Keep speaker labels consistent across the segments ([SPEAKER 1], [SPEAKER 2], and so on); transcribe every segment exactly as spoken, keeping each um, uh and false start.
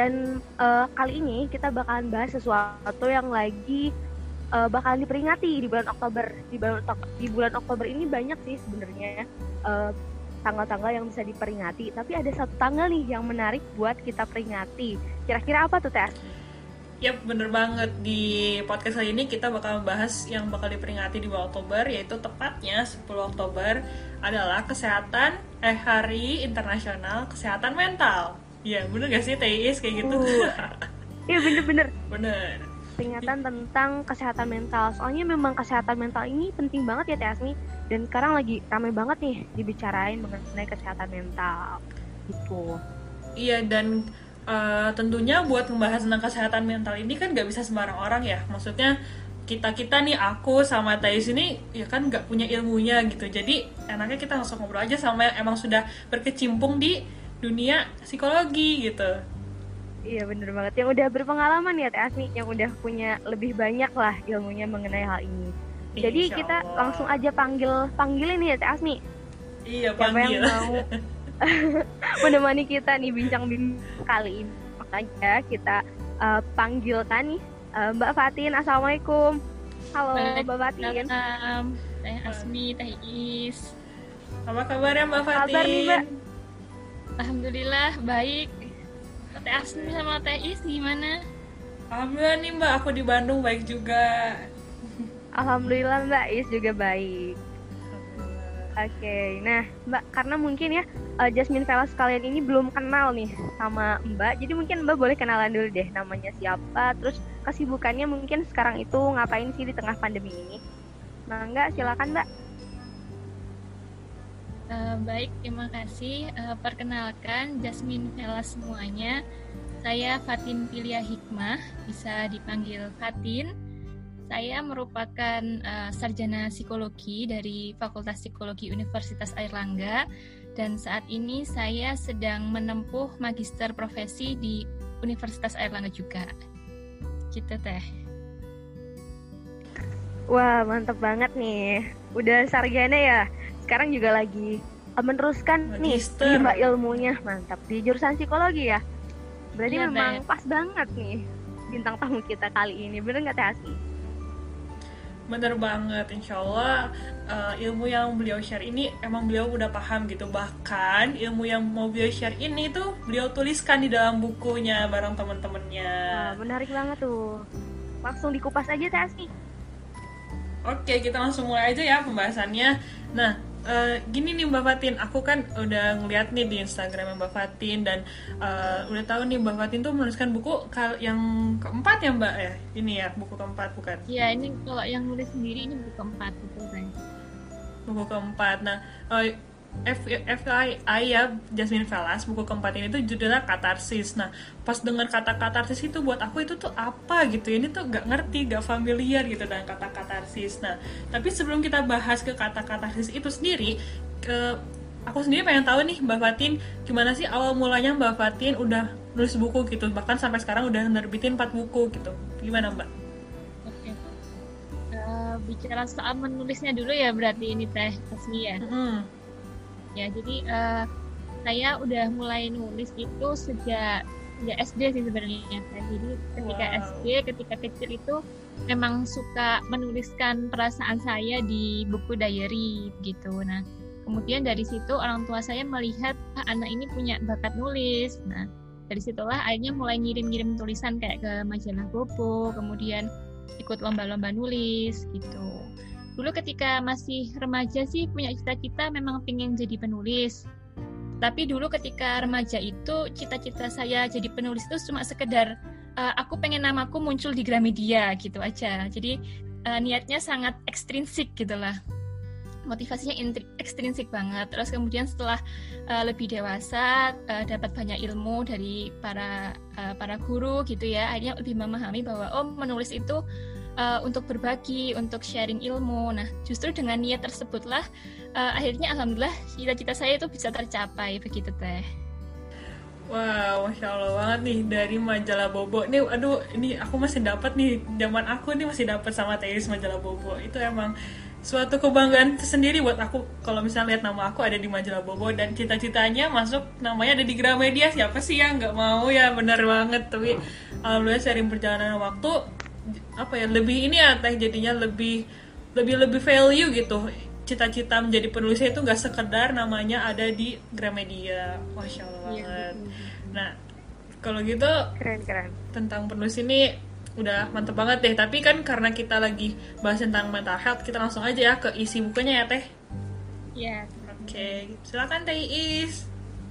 [SPEAKER 1] Dan uh, kali ini kita bakalan bahas sesuatu yang lagi uh, bakalan diperingati di bulan Oktober. Di bulan, di bulan Oktober ini banyak sih sebenarnya uh, tanggal-tanggal yang bisa diperingati. Tapi ada satu tanggal nih yang menarik buat kita peringati. Kira-kira apa tuh, Tess?
[SPEAKER 2] Yap, bener banget. Di podcast kali ini kita bakal membahas yang bakal diperingati di bulan Oktober, yaitu tepatnya sepuluh Oktober adalah kesehatan, eh Hari Internasional Kesehatan Mental. Iya, bener gak sih Teis kayak gitu?
[SPEAKER 1] Iya, uh, bener-bener.
[SPEAKER 2] Bener.
[SPEAKER 1] Peringatan tentang kesehatan mental. Soalnya memang kesehatan mental ini penting banget ya Teasmi. Dan sekarang lagi ramai banget nih dibicarain mengenai kesehatan mental. Gitu.
[SPEAKER 2] Iya, dan uh, tentunya buat membahas tentang kesehatan mental ini kan gak bisa sembarang orang ya. Maksudnya kita-kita nih, aku sama Teis ini ya kan gak punya ilmunya gitu. Jadi enaknya kita langsung ngobrol aja sama yang emang sudah berkecimpung di dunia psikologi gitu.
[SPEAKER 1] Iya bener banget, yang udah berpengalaman ya Teh Asmi, yang udah punya lebih banyak lah ilmunya mengenai hal ini. Jadi
[SPEAKER 2] Insya
[SPEAKER 1] kita
[SPEAKER 2] Allah.
[SPEAKER 1] langsung aja panggil panggilin nih ya Teh Asmi.
[SPEAKER 2] Iya,
[SPEAKER 1] siapa
[SPEAKER 2] panggil.
[SPEAKER 1] yang mau menemani kita nih bincang-bincang kali ini. Makanya kita uh, panggilkan nih uh, Mbak Fatin. Assalamualaikum. Halo Mbak Fatin.
[SPEAKER 3] Salam, Teh Asmi, Teh Is.
[SPEAKER 2] Apa kabarnya Mbak Fatin?
[SPEAKER 1] Kabar nih Mbak.
[SPEAKER 3] Alhamdulillah baik. Teh Asmi sama Teh Is gimana?
[SPEAKER 2] Alhamdulillah nih Mbak, aku di Bandung baik juga.
[SPEAKER 1] Alhamdulillah Mbak Is juga baik. Oke, okay. Nah Mbak, karena mungkin ya uh, Jasmine Velas kalian ini belum kenal nih sama Mbak, jadi mungkin Mbak boleh kenalan dulu deh, namanya siapa, terus kesibukannya mungkin sekarang itu ngapain sih di tengah pandemi ini. Nah enggak, silakan Mbak.
[SPEAKER 3] Uh, baik, terima kasih. Uh, perkenalkan, Jasmine Velas semuanya. Saya Fatin Pilia Hikmah, bisa dipanggil Fatin. Saya merupakan uh, sarjana psikologi dari Fakultas Psikologi Universitas Airlangga, dan saat ini saya sedang menempuh magister profesi di Universitas Airlangga juga. Gitu Teh.
[SPEAKER 1] Wah, mantap banget nih. Udah sarjana ya. Sekarang juga lagi meneruskan
[SPEAKER 2] magister
[SPEAKER 1] nih Mbak ilmunya. Mantap, di jurusan psikologi ya. Berarti ya, memang pas banget nih bintang tamu kita kali ini. Bener nggak Teh Asmi?
[SPEAKER 2] Bener banget, insya Allah uh, ilmu yang beliau share ini emang beliau udah paham gitu. Bahkan ilmu yang mau beliau share ini tuh beliau tuliskan di dalam bukunya bareng teman-temannya.
[SPEAKER 1] Wah, menarik banget tuh. Langsung dikupas aja Teh Asmi.
[SPEAKER 2] Oke, kita langsung mulai aja ya pembahasannya. Nah, uh, gini nih Mbak Fatin, aku kan udah ngeliat nih di Instagram Mbak Fatin, dan uh, udah tahu nih Mbak Fatin tuh menuliskan buku yang keempat ya Mbak ya? Ini ya, buku keempat bukan?
[SPEAKER 3] Iya, ini kalau yang nulis sendiri ini buku keempat, betul kan?
[SPEAKER 2] Buku keempat. Nah, uh, F Y I ya, Jasmine Velas, buku keempat ini tuh judulnya Katarsis. Nah, pas dengar kata katarsis itu buat aku itu tuh apa gitu, ini tuh gak ngerti, gak familiar gitu dengan kata katarsis. Nah, tapi sebelum kita bahas ke kata katarsis itu sendiri, ke aku sendiri pengen tahu nih Mbak Fatin, gimana sih awal mulanya Mbak Fatin udah nulis buku gitu, bahkan sampai sekarang udah nerbitin empat buku gitu, gimana Mbak?
[SPEAKER 3] Oke, uh, bicara soal menulisnya dulu ya berarti ini Teh Asmi ya.
[SPEAKER 2] Mm-hmm.
[SPEAKER 3] Ya, jadi uh, saya udah mulai nulis itu sejak ya S D sih sebenarnya. Jadi ketika wow. S D, ketika kecil itu memang suka menuliskan perasaan saya di buku diary gitu. Nah, kemudian dari situ orang tua saya melihat ah, anak ini punya bakat nulis. Nah, dari situlah akhirnya mulai ngirim-ngirim tulisan kayak ke majalah Bobo, kemudian ikut lomba-lomba nulis gitu. Dulu ketika masih remaja sih punya cita-cita memang pengen jadi penulis. Tapi dulu ketika remaja itu cita-cita saya jadi penulis itu cuma sekedar uh, aku pengen namaku muncul di Gramedia gitu aja. Jadi uh, niatnya sangat ekstrinsik gitu lah. Motivasinya intri- ekstrinsik banget. Terus kemudian setelah uh, lebih dewasa uh, dapat banyak ilmu dari para uh, para guru gitu ya. Akhirnya lebih memahami bahwa oh menulis itu Uh, untuk berbagi, untuk sharing ilmu. Nah, justru dengan niat tersebutlah uh, akhirnya alhamdulillah cita-cita saya itu bisa tercapai begitu Teh.
[SPEAKER 2] Wow, Masya Allah banget nih dari majalah Bobo. Nih, aduh, ini aku masih dapat nih, zaman aku nih masih dapat sama Teis majalah Bobo. Itu emang suatu kebanggaan tersendiri buat aku kalau misalnya lihat nama aku ada di majalah Bobo dan cita-citanya masuk namanya ada di Gramedia. Siapa sih yang nggak mau ya, benar banget. Tapi alhamdulillah sering perjalanan waktu apa ya lebih ini ya teh jadinya lebih lebih lebih value gitu. Cita-cita menjadi penulisnya itu nggak sekedar namanya ada di Gramedia. Masya Allah banget. Nah kalau gitu
[SPEAKER 1] Keren-keren.
[SPEAKER 2] tentang penulis ini udah mantep banget deh. Tapi kan karena kita lagi bahas tentang mental health, kita langsung aja ya ke isi bukunya ya teh.
[SPEAKER 3] Iya.
[SPEAKER 2] Oke, silakan teh Iis.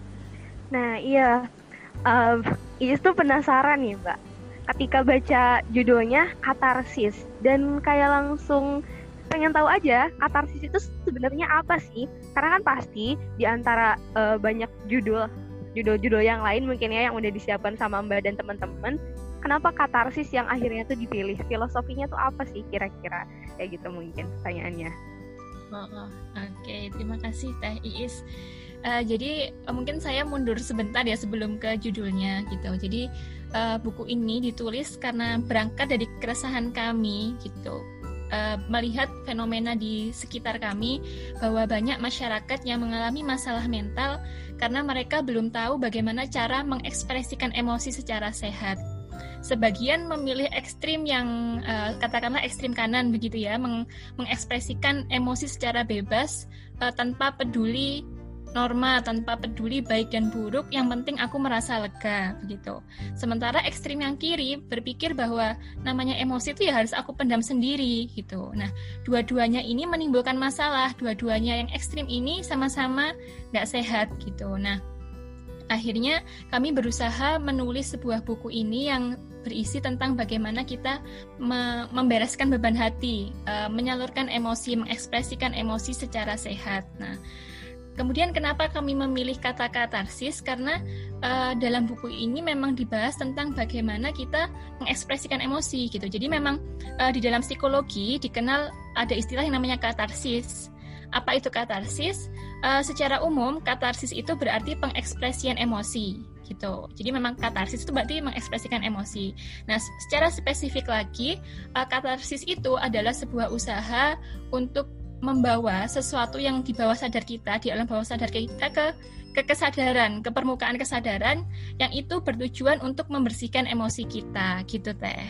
[SPEAKER 1] Nah iya, um, Iis tuh penasaran nih Mbak, ketika baca judulnya katarsis dan kayak langsung pengen tahu aja katarsis itu sebenarnya apa sih? Karena kan pasti di antara uh, banyak judul judul-judul yang lain mungkin ya yang udah disiapkan sama Mbak dan teman-teman, kenapa katarsis yang akhirnya tuh dipilih? Filosofinya tuh apa sih kira-kira? Kayak gitu mungkin pertanyaannya.
[SPEAKER 3] Oh, oh. Oke, okay. Terima kasih Teh Iis. Uh, jadi uh, mungkin saya mundur sebentar ya sebelum ke judulnya gitu. Jadi uh, buku ini ditulis karena berangkat dari keresahan kami gitu. Uh, melihat fenomena di sekitar kami bahwa banyak masyarakat yang mengalami masalah mental karena mereka belum tahu bagaimana cara mengekspresikan emosi secara sehat. Sebagian memilih ekstrim yang uh, katakanlah ekstrim kanan begitu ya, meng- mengekspresikan emosi secara bebas uh, tanpa peduli norma, tanpa peduli baik dan buruk, yang penting aku merasa lega begitu. Sementara ekstrim yang kiri berpikir bahwa namanya emosi itu ya harus aku pendam sendiri gitu. Nah, dua-duanya ini menimbulkan masalah, dua-duanya yang ekstrim ini sama-sama nggak sehat gitu. Nah, akhirnya kami berusaha menulis sebuah buku ini yang berisi tentang bagaimana kita me- membereskan beban hati, uh, menyalurkan emosi, mengekspresikan emosi secara sehat. Nah, kemudian kenapa kami memilih kata katarsis? Karena uh, dalam buku ini memang dibahas tentang bagaimana kita mengekspresikan emosi gitu. Jadi memang uh, di dalam psikologi dikenal ada istilah yang namanya katarsis. Apa itu katarsis? Uh, secara umum katarsis itu berarti pengekspresian emosi gitu. Jadi memang katarsis itu berarti mengekspresikan emosi. Nah, secara spesifik lagi, uh, katarsis itu adalah sebuah usaha untuk membawa sesuatu yang di bawah sadar kita, di alam bawah sadar kita ke ke kesadaran, ke permukaan kesadaran yang itu bertujuan untuk membersihkan emosi kita, gitu Teh.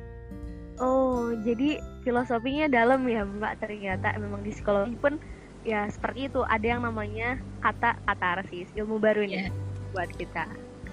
[SPEAKER 1] Oh, jadi filosofinya dalam ya Mbak, ternyata memang di psikologi pun ya seperti itu, ada yang namanya kata katarsis, ilmu baru nih yeah. buat kita.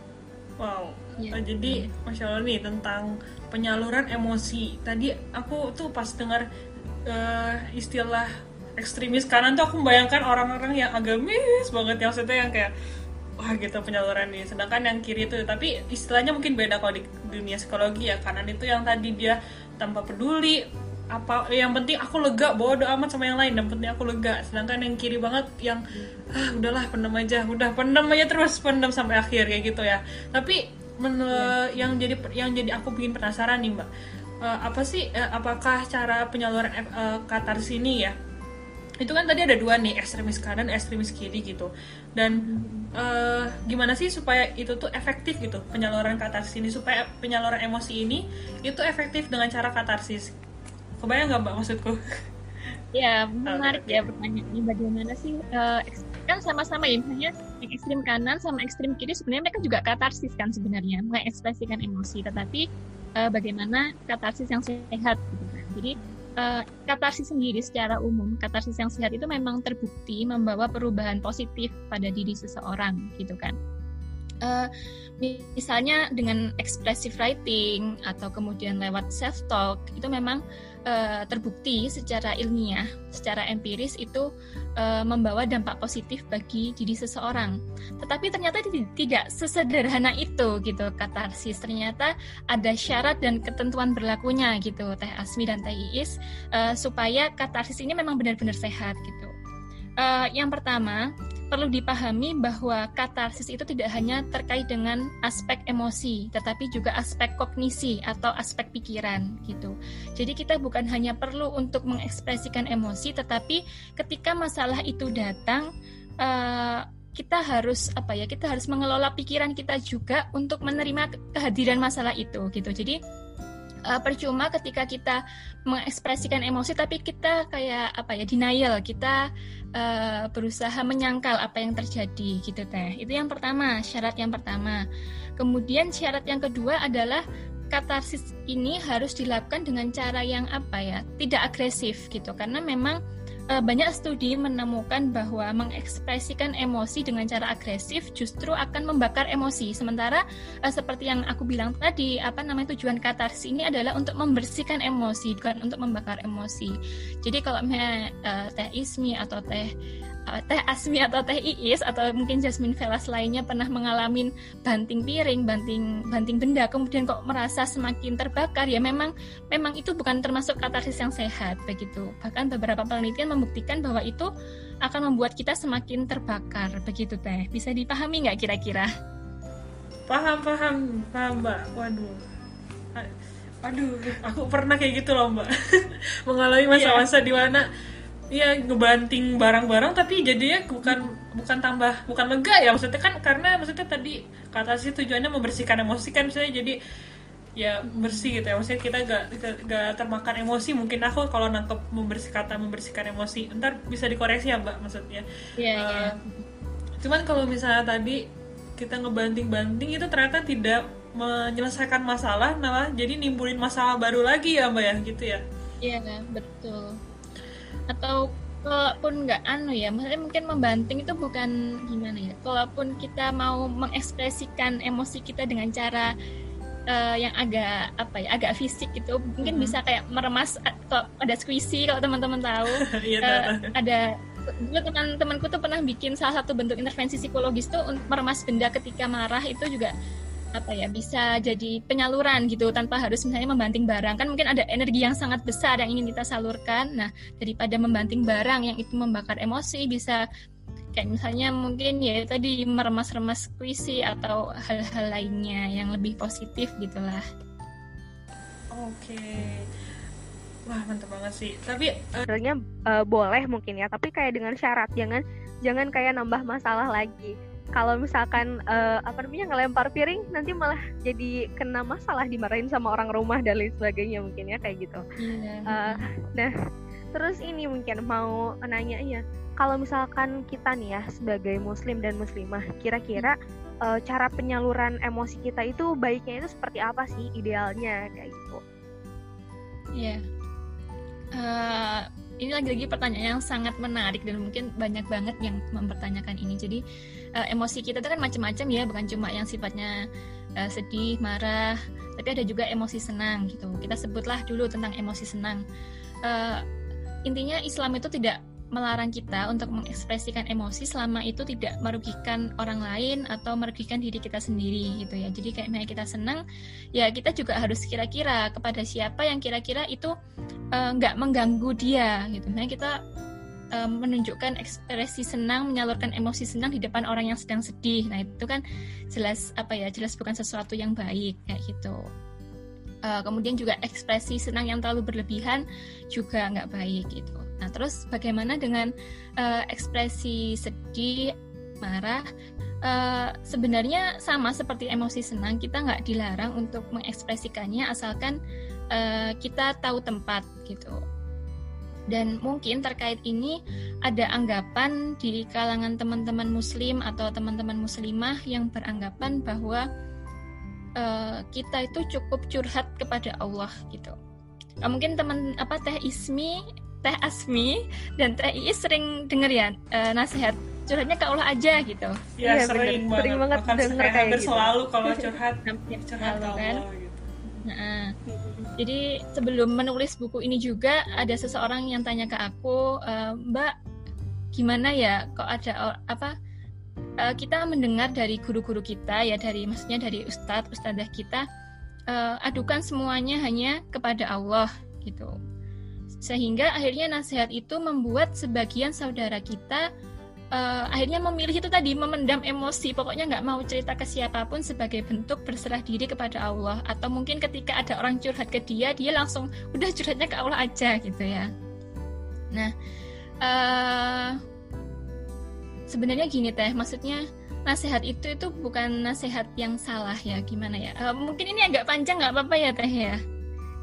[SPEAKER 2] Wow,
[SPEAKER 3] yeah.
[SPEAKER 2] Jadi Masya Allah nih tentang penyaluran emosi. Tadi aku tuh pas dengar uh, istilah ekstremis kanan tuh aku membayangkan orang-orang yang agamis banget, yang maksudnya yang kayak wah gitu penyaluran nih. Sedangkan yang kiri itu, tapi istilahnya mungkin beda kalau di dunia psikologi ya. Kanan itu yang tadi dia tanpa peduli apa, yang penting aku lega, bodo amat sama yang lain, yang penting aku lega. Sedangkan yang kiri banget yang ah udahlah pendam aja, udah pendam aja terus, pendam sampai akhir kayak gitu ya. Tapi men- ya. yang jadi yang jadi aku bikin penasaran nih Mbak, uh, apa sih uh, apakah cara penyaluran uh, katarsis ini ya, itu kan tadi ada dua nih, ekstremis kanan, ekstremis kiri gitu. Dan uh, gimana sih supaya itu tuh efektif gitu, penyaluran katarsis ini, supaya penyaluran emosi ini itu efektif dengan cara katarsis. Kebayang nggak Mbak maksudku?
[SPEAKER 3] Ya, menarik okay. ya pertanyaannya, bagaimana sih uh, kan sama-sama ya, misalnya yang ekstrim kanan sama ekstrim kiri sebenarnya mereka juga katarsis kan sebenarnya, mengekspresikan emosi, tetapi uh, bagaimana katarsis yang sehat gitu kan. Jadi Uh, katarsis sendiri secara umum, katarsis yang sehat itu memang terbukti membawa perubahan positif pada diri seseorang gitu kan. Uh, misalnya dengan expressive writing atau kemudian lewat self talk, itu memang uh, terbukti secara ilmiah, secara empiris itu uh, membawa dampak positif bagi diri seseorang. Tetapi ternyata tidak sesederhana itu gitu katarsis. Ternyata ada syarat dan ketentuan berlakunya gitu Teh Asmi dan Teh Iis, uh, supaya katarsis ini memang benar-benar sehat gitu. Uh, yang pertama, perlu dipahami bahwa katarsis itu tidak hanya terkait dengan aspek emosi, tetapi juga aspek kognisi atau aspek pikiran gitu. Jadi kita bukan hanya perlu untuk mengekspresikan emosi, tetapi ketika masalah itu datang, uh, kita harus apa ya? Kita harus mengelola pikiran kita juga untuk menerima kehadiran masalah itu gitu. Jadi Uh, percuma ketika kita mengekspresikan emosi tapi kita kayak apa ya, denial, kita uh, berusaha menyangkal apa yang terjadi gitu teh. Itu yang pertama, syarat yang pertama. Kemudian syarat yang kedua adalah katarsis ini harus dilakukan dengan cara yang apa ya, tidak agresif gitu, karena memang banyak studi menemukan bahwa mengekspresikan emosi dengan cara agresif justru akan membakar emosi. Sementara uh, seperti yang aku bilang tadi, apa namanya, tujuan katarsis ini adalah untuk membersihkan emosi, bukan untuk membakar emosi. Jadi kalau misalnya uh, Teh Ismi atau Teh uh, Teh Asmi atau Teh Iis atau mungkin Jasmine Velas lainnya pernah mengalami banting piring, banting banting benda, kemudian kok merasa semakin terbakar, ya memang memang itu bukan termasuk katarsis yang sehat begitu. Bahkan beberapa penelitian membuktikan bahwa itu akan membuat kita semakin terbakar begitu Teh. Bisa dipahami nggak kira-kira?
[SPEAKER 2] Paham, paham, paham Mbak. Waduh, aduh, aku pernah kayak gitu loh Mbak. Mengalami masa-masa yeah. di mana ya ngebanting barang-barang tapi jadinya bukan bukan tambah bukan lega ya, maksudnya kan karena maksudnya tadi kata sih tujuannya membersihkan emosi kan, misalnya jadi ya bersih gitu ya, maksudnya kita gak, gak, gak termakan emosi. Mungkin aku kalau nangkep membersih kata membersihkan emosi, ntar bisa dikoreksi ya Mbak maksudnya.
[SPEAKER 3] Iya,
[SPEAKER 2] uh,
[SPEAKER 3] iya.
[SPEAKER 2] Cuman kalau misalnya tadi kita ngebanting-banting itu ternyata tidak menyelesaikan masalah, malah jadi nimbulin masalah baru lagi ya Mbak ya, gitu ya.
[SPEAKER 3] Iya, betul. Atau kalaupun nggak anu ya, maksudnya mungkin membanting itu bukan gimana ya, kalaupun kita mau mengekspresikan emosi kita dengan cara uh, yang agak apa ya, agak fisik gitu, mungkin mm-hmm. bisa kayak meremas atau ada squishy kalau teman-teman tahu. uh, ada dulu teman-temanku tuh pernah bikin salah satu bentuk intervensi psikologis tuh meremas benda ketika marah, itu juga apa ya, bisa jadi penyaluran gitu tanpa harus misalnya membanting barang. Kan mungkin ada energi yang sangat besar yang ingin kita salurkan. Nah, daripada membanting barang yang itu membakar emosi, bisa kayak misalnya mungkin ya tadi meremas-remas puisi atau hal-hal lainnya yang lebih positif gitulah.
[SPEAKER 2] Oke. Wah, mantap banget sih. Tapi
[SPEAKER 1] sebenarnya uh, boleh mungkin ya, tapi kayak dengan syarat, jangan jangan kayak nambah masalah lagi. Kalau misalkan uh, apa namanya ngelempar piring, nanti malah jadi kena masalah, dimarahin sama orang rumah dan lain sebagainya mungkin ya, kayak gitu.
[SPEAKER 3] Iya.
[SPEAKER 1] Uh, nah, terus ini mungkin mau nanya ya, kalau misalkan kita nih ya sebagai muslim dan muslimah, kira-kira uh, cara penyaluran emosi kita itu baiknya itu seperti apa sih idealnya kayak gitu?
[SPEAKER 3] Iya. Uh, ini lagi-lagi pertanyaan yang sangat menarik dan mungkin banyak banget yang mempertanyakan ini. Jadi uh, emosi kita itu kan macam-macam ya, bukan cuma yang sifatnya uh, sedih, marah, tapi ada juga emosi senang gitu. Kita sebutlah dulu tentang emosi senang. Uh, intinya Islam itu tidak melarang kita untuk mengekspresikan emosi selama itu tidak merugikan orang lain atau merugikan diri kita sendiri gitu ya. Jadi kayak misalnya kita senang, ya kita juga harus kira-kira kepada siapa yang kira-kira itu nggak uh, mengganggu dia gitu. Misalnya kita uh, menunjukkan ekspresi senang, menyalurkan emosi senang di depan orang yang sedang sedih. Nah itu kan jelas apa ya, jelas bukan sesuatu yang baik kayak gitu. Uh, kemudian juga ekspresi senang yang terlalu berlebihan juga nggak baik gitu. Nah, terus bagaimana dengan uh, ekspresi sedih, marah? Uh, sebenarnya sama seperti emosi senang, kita nggak dilarang untuk mengekspresikannya asalkan uh, kita tahu tempat gitu. Dan mungkin terkait ini ada anggapan di kalangan teman-teman muslim atau teman-teman muslimah yang beranggapan bahwa uh, kita itu cukup curhat kepada Allah gitu. Uh, mungkin teman apa Teh Ismi, Teh Asmi dan Teh Iis sering denger ya uh, nasihat curhatnya ke Allah aja gitu.
[SPEAKER 2] Ya, ya sering, banget.
[SPEAKER 1] sering banget
[SPEAKER 2] Bahkan
[SPEAKER 1] denger kayak gitu.
[SPEAKER 2] Selalu kalau curhat, curhat
[SPEAKER 3] ke Allah
[SPEAKER 2] kan?
[SPEAKER 3] gitu. Nah, jadi sebelum menulis buku ini juga ada seseorang yang tanya ke aku, e, Mbak, gimana ya kok ada apa? E, kita mendengar dari guru-guru kita ya, dari maksudnya dari ustadz ustadzah kita, e, adukan semuanya hanya kepada Allah gitu. Sehingga akhirnya nasihat itu membuat sebagian saudara kita uh, akhirnya memilih itu tadi, memendam emosi, pokoknya nggak mau cerita ke siapapun sebagai bentuk berserah diri kepada Allah. Atau mungkin ketika ada orang curhat ke dia, dia langsung udah curhatnya ke Allah aja gitu ya. Nah uh, sebenarnya gini Teh, maksudnya nasihat itu itu bukan nasihat yang salah ya, gimana ya, uh, mungkin ini agak panjang, nggak apa-apa ya Teh ya.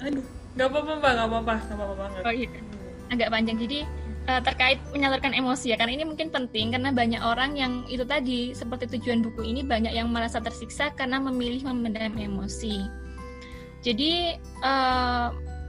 [SPEAKER 2] Aduh, nggak apa-apa mbak, nggak apa-apa, nggak apa-apa banget.
[SPEAKER 3] Oh iya, agak panjang. Jadi uh, terkait menyalurkan emosi ya, karena ini mungkin penting karena banyak orang yang itu tadi seperti tujuan buku ini banyak yang merasa tersiksa karena memilih memendam emosi. Jadi uh,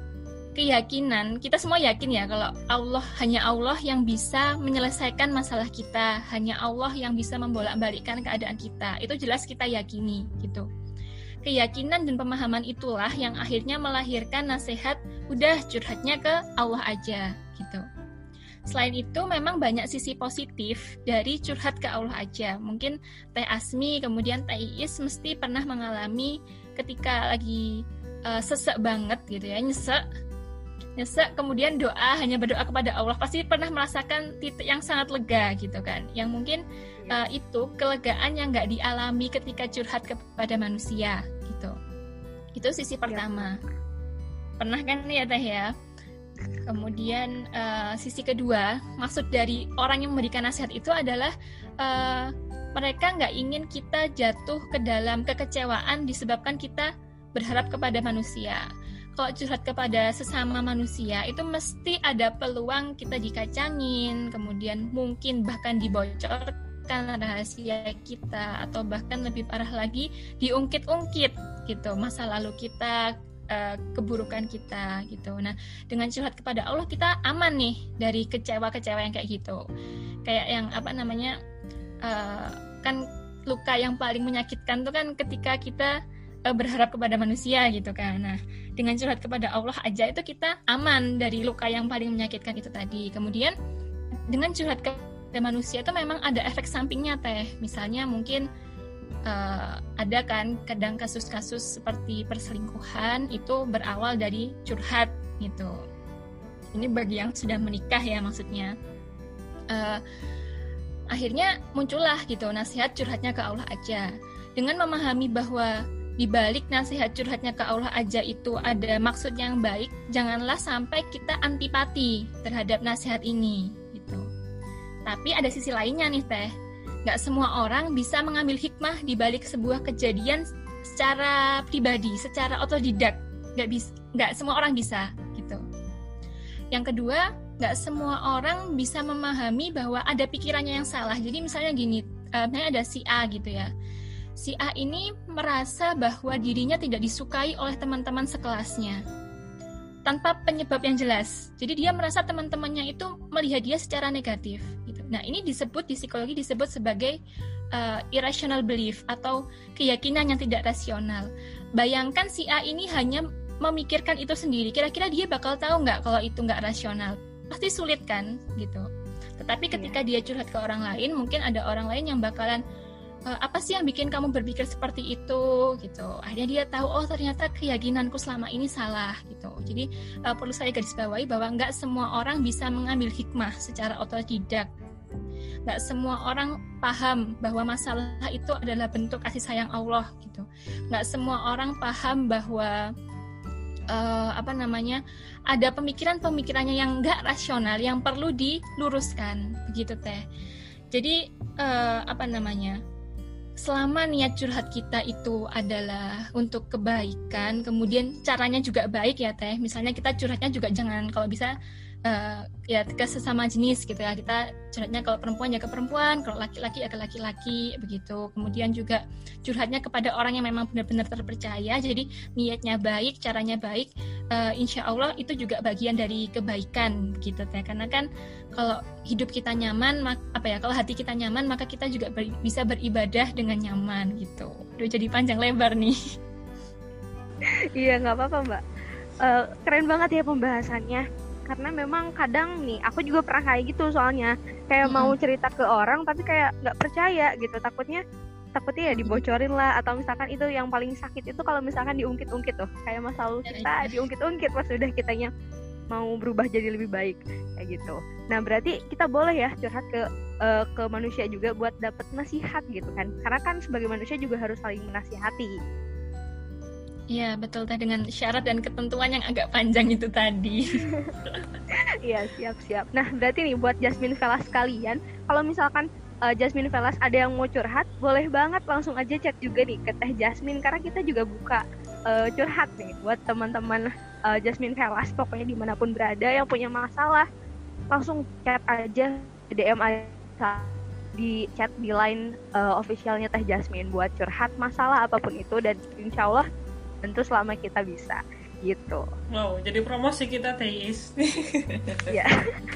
[SPEAKER 3] keyakinan kita semua yakin ya kalau Allah hanya Allah yang bisa menyelesaikan masalah kita, hanya Allah yang bisa membolak-balikkan keadaan kita. Itu jelas kita yakini gitu. Keyakinan dan pemahaman itulah yang akhirnya melahirkan nasihat udah curhatnya ke Allah aja gitu. Selain itu memang banyak sisi positif dari curhat ke Allah aja. Mungkin Teh Asmi kemudian Teh Iis mesti pernah mengalami ketika lagi uh, sesek banget gitu ya, nyesek nyesek kemudian doa, hanya berdoa kepada Allah, pasti pernah merasakan titik yang sangat lega gitu kan, yang mungkin uh, itu kelegaan yang nggak dialami ketika curhat kepada manusia gitu. Itu sisi pertama. Pernah kan ya Teh ya? Kemudian uh, sisi kedua, maksud dari orang yang memberikan nasihat itu adalah uh, mereka nggak ingin kita jatuh ke dalam kekecewaan disebabkan kita berharap kepada manusia. Kalau curhat kepada sesama manusia itu mesti ada peluang kita dikacangin, kemudian mungkin bahkan dibocorkan rahasia kita, atau bahkan lebih parah lagi diungkit-ungkit gitu masa lalu kita, uh, keburukan kita gitu. Nah, dengan curhat kepada Allah kita aman nih dari kecewa-kecewa yang kayak gitu. Kayak yang apa namanya uh, kan luka yang paling menyakitkan tuh kan ketika kita berharap kepada manusia gitu kan. Nah, dengan curhat kepada Allah aja itu kita aman dari luka yang paling menyakitkan itu tadi. Kemudian dengan curhat kepada manusia itu memang ada efek sampingnya Teh. Misalnya mungkin uh, ada kan kadang kasus-kasus seperti perselingkuhan itu berawal dari curhat gitu. Ini bagi yang sudah menikah ya maksudnya. Uh, akhirnya muncullah gitu nasihat curhatnya ke Allah aja. Dengan memahami bahwa di balik nasihat curhatnya ke Allah aja itu ada maksud yang baik, janganlah sampai kita antipati terhadap nasihat ini gitu. Tapi ada sisi lainnya nih Teh, nggak semua orang bisa mengambil hikmah di balik sebuah kejadian secara pribadi, secara otodidak, nggak bisa, nggak semua orang bisa gitu. Yang kedua, nggak semua orang bisa memahami bahwa ada pikirannya yang salah. Jadi misalnya gini, uh, ada si A gitu ya. Si A ini merasa bahwa dirinya tidak disukai oleh teman-teman sekelasnya tanpa penyebab yang jelas. Jadi dia merasa teman-temannya itu melihat dia secara negatif. Gitu. Nah ini disebut di psikologi disebut sebagai uh, irrational belief atau keyakinan yang tidak rasional. Bayangkan si A ini hanya memikirkan itu sendiri. Kira-kira dia bakal tahu nggak kalau itu nggak rasional? Pasti sulit kan, gitu. Tetapi ketika dia curhat ke orang lain, mungkin ada orang lain yang bakalan apa sih yang bikin kamu berpikir seperti itu gitu. Akhirnya dia tahu oh ternyata keyakinanku selama ini salah gitu. Jadi uh, perlu saya garis bawahi bahwa nggak semua orang bisa mengambil hikmah secara otodidak. Nggak semua orang paham bahwa masalah itu adalah bentuk kasih sayang Allah gitu. Nggak semua orang paham bahwa uh, apa namanya ada pemikiran-pemikirannya yang nggak rasional yang perlu diluruskan begitu Teh. Jadi uh, apa namanya selama niat curhat kita itu adalah untuk kebaikan, kemudian caranya juga baik ya Teh. Misalnya kita curhatnya juga jangan kalau bisa uh, ya ke sesama jenis gitu ya. Kita curhatnya kalau perempuan ya ke perempuan, kalau laki-laki ya ke laki-laki begitu. Kemudian juga curhatnya kepada orang yang memang benar-benar terpercaya. Jadi niatnya baik, caranya baik. Uh, insya Allah itu juga bagian dari kebaikan gitu Teh. Karena kan kalau hidup kita nyaman, mak- apa ya? Kalau hati kita nyaman, maka kita juga ber- bisa beribadah dengan nyaman gitu. Udah jadi panjang lebar nih.
[SPEAKER 1] Iya nggak apa-apa Mbak. Uh, keren banget ya pembahasannya. Karena memang kadang nih, aku juga pernah kayak gitu soalnya. Kayak mm-hmm. mau cerita ke orang, tapi kayak nggak percaya gitu. Takutnya, takutnya ya dibocorin lah. Atau misalkan itu yang paling sakit itu kalau misalkan diungkit-ungkit tuh. Kayak masa lalu kita diungkit-ungkit pas udah kitanya mau berubah jadi lebih baik kayak gitu. Nah berarti kita boleh ya curhat ke uh, ke manusia juga buat dapet nasihat gitu kan? Karena kan sebagai manusia juga harus saling menasihati.
[SPEAKER 3] Iya betul Teh, dengan syarat dan ketentuan yang agak panjang itu tadi.
[SPEAKER 1] Iya siap-siap. Nah berarti nih buat Jasmine Velas sekalian, kalau misalkan uh, Jasmine Velas ada yang mau curhat, boleh banget langsung aja chat juga nih ke Teh Jasmine, karena kita juga buka uh, curhat nih buat teman-teman uh, Jasmine Velas, pokoknya dimanapun berada yang punya masalah langsung chat aja, D M aja di chat di line uh, officialnya Teh Jasmine buat curhat masalah apapun itu, dan insya Allah tentu selama kita bisa gitu.
[SPEAKER 2] Wow, jadi promosi kita teis.
[SPEAKER 1] Ya.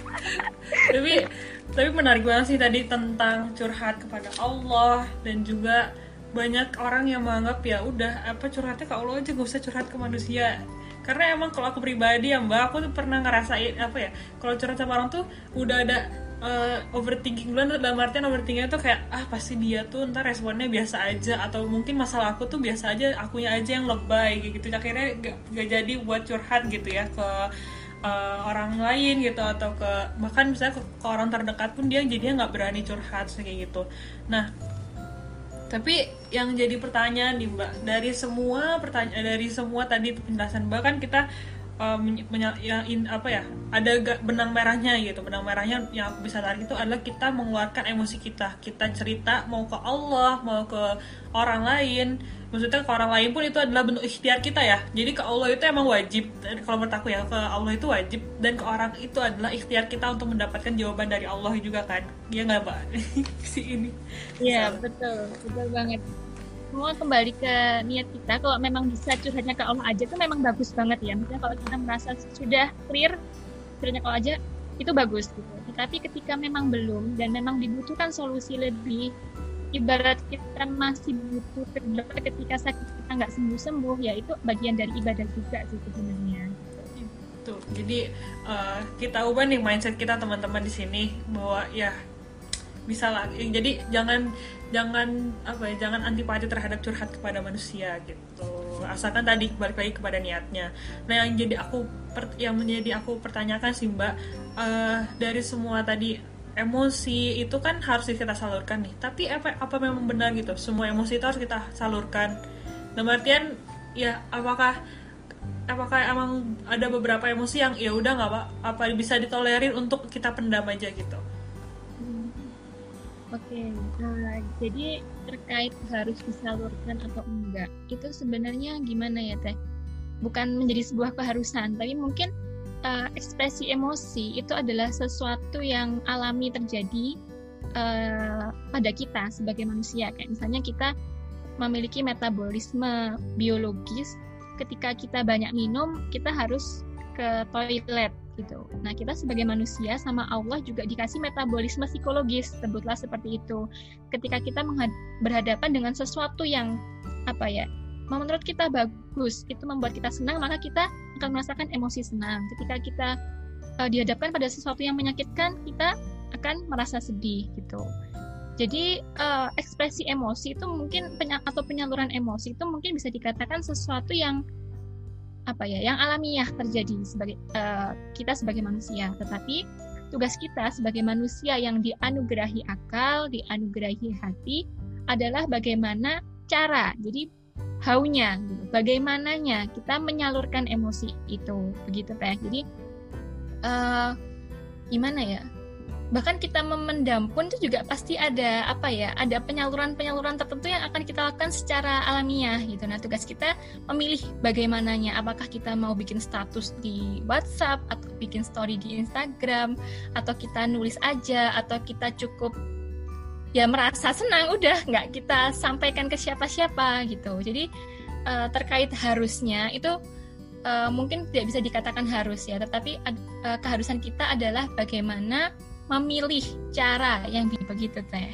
[SPEAKER 2] tapi tapi menarik banget sih tadi tentang curhat kepada Allah, dan juga banyak orang yang menganggap ya udah apa curhatnya ke Allah aja, gak usah curhat ke manusia. Karena emang kalau aku pribadi ya Mbak, aku tuh pernah ngerasain apa ya, kalau curhat sama orang tuh udah ada uh, overthinking duluan. Dalam artian overthinkingnya tuh kayak ah pasti dia tuh ntar responnya biasa aja, atau mungkin masalah aku tuh biasa aja, akunya aja yang lebay gitu. Akhirnya gak, gak jadi buat curhat gitu ya ke uh, orang lain gitu, atau ke bahkan misalnya ke, ke orang terdekat pun dia jadinya nggak berani curhat kayak gitu. Nah tapi yang jadi pertanyaan nih Mbak, dari semua pertanyaan, dari semua tadi penjelasan Mbak kan kita uh, menya, ya, in, apa ya, ada benang merahnya gitu. Benang merahnya yang aku bisa tarik itu adalah kita mengeluarkan emosi kita. Kita cerita mau ke Allah, mau ke orang lain. Maksudnya ke orang lain pun itu adalah bentuk ikhtiar kita ya. Jadi ke Allah itu emang wajib. Kalau menurut aku ya, ke Allah itu wajib, dan ke orang itu adalah ikhtiar kita untuk mendapatkan jawaban dari Allah juga kan. Iya nggak Mbak? Si ini.
[SPEAKER 3] Iya betul, betul banget. Semua kembali ke niat kita. Kalau memang bisa curhatnya ke Allah aja, itu memang bagus banget ya. Misalnya kalau kita merasa sudah clear curhatnya ke Allah aja, itu bagus gitu. Tetapi ketika memang belum dan memang dibutuhkan solusi lebih, ibarat kita masih butuh dokter ketika sakit kita nggak sembuh-sembuh, ya itu bagian dari ibadah juga sih sebenarnya.
[SPEAKER 2] Tuh, jadi uh, kita ubah nih mindset kita teman-teman di sini bahwa ya bisa lah. Jadi jangan jangan apa ya, jangan antipati terhadap curhat kepada manusia gitu. Asalkan tadi balik lagi kepada niatnya. Nah yang jadi aku yang menjadi aku pertanyakan sih Mbak, uh, dari semua tadi emosi itu kan harus kita salurkan nih. Tapi apa apa memang benar gitu? Semua emosi itu harus kita salurkan. Dalam artian ya apakah apakah emang ada beberapa emosi yang ya udah nggak apa apa bisa ditolerir untuk kita pendam aja gitu?
[SPEAKER 3] Hmm. Oke, okay. uh, jadi terkait harus disalurkan atau enggak, itu sebenarnya gimana ya Teh? Bukan menjadi sebuah keharusan, tapi mungkin Uh, ekspresi emosi itu adalah sesuatu yang alami terjadi uh, pada kita sebagai manusia. Kayak misalnya kita memiliki metabolisme biologis, ketika kita banyak minum, kita harus ke toilet gitu. Nah, kita sebagai manusia sama Allah juga dikasih metabolisme psikologis, sebutlah seperti itu. Ketika kita menghad- berhadapan dengan sesuatu yang apa ya, menurut kita bagus, itu membuat kita senang, maka kita akan merasakan emosi senang. Ketika kita uh, dihadapkan pada sesuatu yang menyakitkan, kita akan merasa sedih gitu. Jadi uh, ekspresi emosi itu mungkin penya- atau penyaluran emosi itu mungkin bisa dikatakan sesuatu yang apa ya, yang alamiah terjadi sebagai uh, kita sebagai manusia. Tetapi tugas kita sebagai manusia yang dianugerahi akal, dianugerahi hati adalah bagaimana cara. Jadi haunya, gitu. Bagaimananya kita menyalurkan emosi itu, begitu Teh. Jadi uh, gimana ya? Bahkan kita memendam pun itu juga pasti ada apa ya? Ada penyaluran-penyaluran tertentu yang akan kita lakukan secara alamiah, gitu. Nah, tugas kita memilih bagaimananya. Apakah kita mau bikin status di WhatsApp atau bikin story di Instagram, atau kita nulis aja, atau kita cukup ya merasa senang, udah nggak kita sampaikan ke siapa-siapa gitu. Jadi uh, terkait harusnya itu uh, mungkin tidak bisa dikatakan harus ya, tetapi uh, keharusan kita adalah bagaimana memilih cara yang begitu Teh.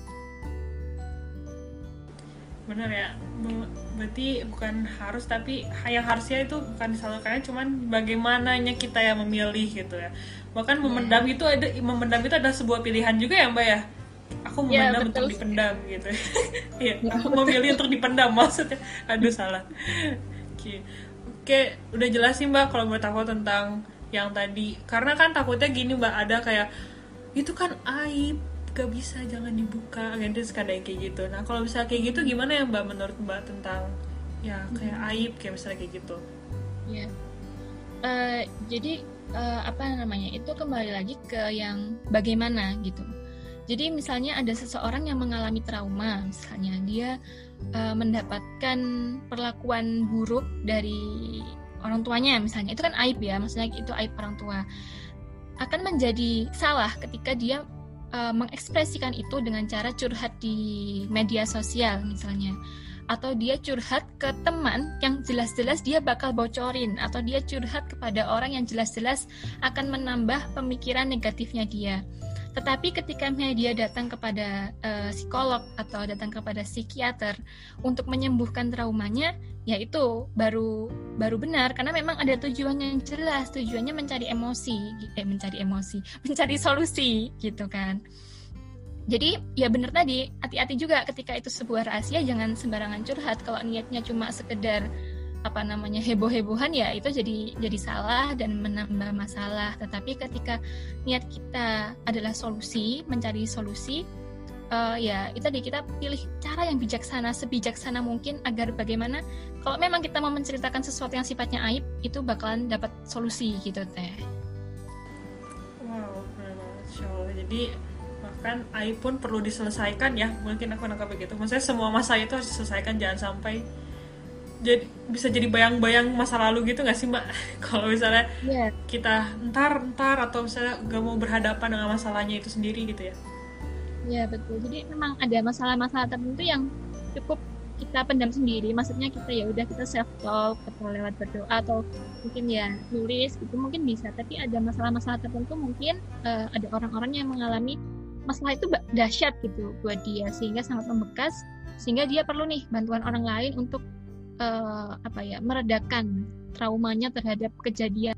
[SPEAKER 2] Benar ya, berarti bukan harus, tapi yang harusnya itu bukan disalurkannya, cuman bagaimananya kita yang memilih gitu ya. Bahkan memendam yeah. itu ada memendam itu adalah sebuah pilihan juga ya Mbak ya. Aku memendam ya, untuk dipendam gitu. Iya, ya, aku memilih untuk dipendam maksudnya. Aduh salah. Oke, oke, udah jelas sih Mbak kalau buat aku tentang yang tadi. Karena kan takutnya gini Mbak, ada kayak itu kan aib, gak bisa, jangan dibuka, gitu kadang kayak gitu. Nah kalau misalnya kayak gitu gimana ya Mbak menurut Mbak tentang ya kayak hmm. aib kayak misalnya kayak gitu?
[SPEAKER 3] Ya, uh, jadi uh, apa namanya itu kembali lagi ke yang bagaimana gitu. Jadi misalnya ada seseorang yang mengalami trauma, misalnya dia uh, mendapatkan perlakuan buruk dari orang tuanya misalnya, itu kan aib ya, maksudnya itu aib orang tua. Akan menjadi salah ketika dia uh, mengekspresikan itu dengan cara curhat di media sosial misalnya, atau dia curhat ke teman yang jelas-jelas dia bakal bocorin, atau dia curhat kepada orang yang jelas-jelas akan menambah pemikiran negatifnya dia. Tetapi ketika dia datang kepada uh, psikolog atau datang kepada psikiater untuk menyembuhkan traumanya, ya itu baru baru benar, karena memang ada tujuannya yang jelas, tujuannya mencari emosi, eh mencari emosi, mencari solusi gitu kan. Jadi ya benar tadi, hati-hati juga ketika itu sebuah rahasia, jangan sembarangan curhat. Kalau niatnya cuma sekedar apa namanya heboh-hebohan, ya itu jadi jadi salah dan menambah masalah. Tetapi ketika niat kita adalah solusi, mencari solusi, uh, ya itu tadi kita pilih cara yang bijaksana, sebijaksana mungkin, agar bagaimana kalau memang kita mau menceritakan sesuatu yang sifatnya aib, itu bakalan dapat solusi gitu teh.
[SPEAKER 2] Wow, benar banget, Insya Allah. Jadi bahkan aib pun perlu diselesaikan ya, mungkin aku nangkap begitu. Maksudnya semua masalah itu harus diselesaikan, jangan sampai jadi bisa jadi bayang-bayang masa lalu gitu nggak sih Mbak? Kalau misalnya yeah. kita ntar-ntar atau misalnya gak mau berhadapan dengan masalahnya itu sendiri gitu ya?
[SPEAKER 3] Iya yeah, betul. Jadi memang ada masalah-masalah tertentu yang cukup kita pendam sendiri. Maksudnya kita ya udah kita self talk atau lewat berdoa atau mungkin ya nulis gitu mungkin bisa. Tapi ada masalah-masalah tertentu mungkin uh, ada orang-orang yang mengalami masalah itu dahsyat gitu buat dia sehingga sangat membekas, sehingga dia perlu nih bantuan orang lain untuk Uh, apa ya meredakan traumanya terhadap kejadian.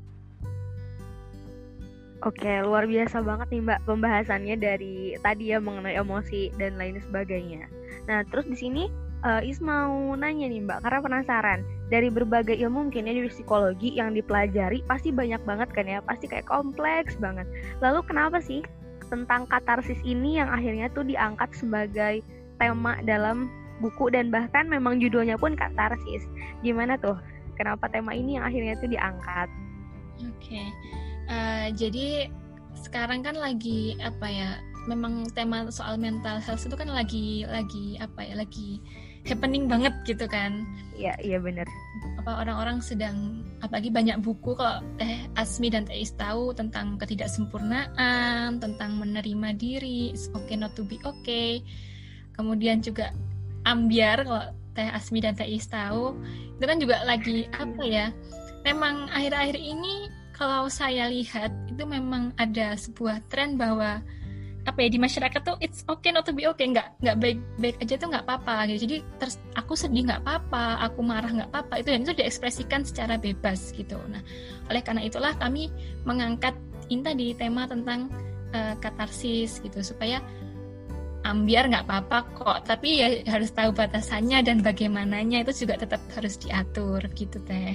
[SPEAKER 1] Oke, luar biasa banget nih Mbak pembahasannya dari tadi ya mengenai emosi dan lain sebagainya. Nah, terus di sini uh, Is mau nanya nih Mbak, karena penasaran, dari berbagai ilmu mungkin ya dari psikologi yang dipelajari pasti banyak banget kan ya, pasti kayak kompleks banget. Lalu kenapa sih tentang katarsis ini yang akhirnya tuh diangkat sebagai tema dalam buku, dan bahkan memang judulnya pun katarsis. Gimana tuh? Kenapa tema ini yang akhirnya itu diangkat?
[SPEAKER 3] Oke, okay. uh, jadi sekarang kan lagi apa ya? Memang tema soal mental health itu kan lagi lagi apa ya? Lagi happening banget gitu kan?
[SPEAKER 1] Iya, iya benar.
[SPEAKER 3] Apa orang-orang sedang, apalagi banyak buku kok Teh Asmi dan Teh Is tahu tentang ketidaksempurnaan, tentang menerima diri, it's okay not to be okay. Kemudian juga ambiar, kalau Teh Asmi dan Teh Is tahu, itu kan juga lagi apa ya, memang akhir-akhir ini kalau saya lihat itu memang ada sebuah tren bahwa apa ya, di masyarakat tuh it's okay not to be okay, nggak nggak baik-baik aja tuh nggak apa-apa gitu. Jadi terus aku sedih nggak apa-apa, aku marah nggak apa-apa, itu dan itu diekspresikan secara bebas gitu. Nah, oleh karena itulah kami mengangkat ini tadi tema tentang uh, katarsis gitu, supaya ambiar nggak apa-apa kok, tapi ya harus tahu batasannya dan bagaimananya itu juga tetap harus diatur gitu Teh.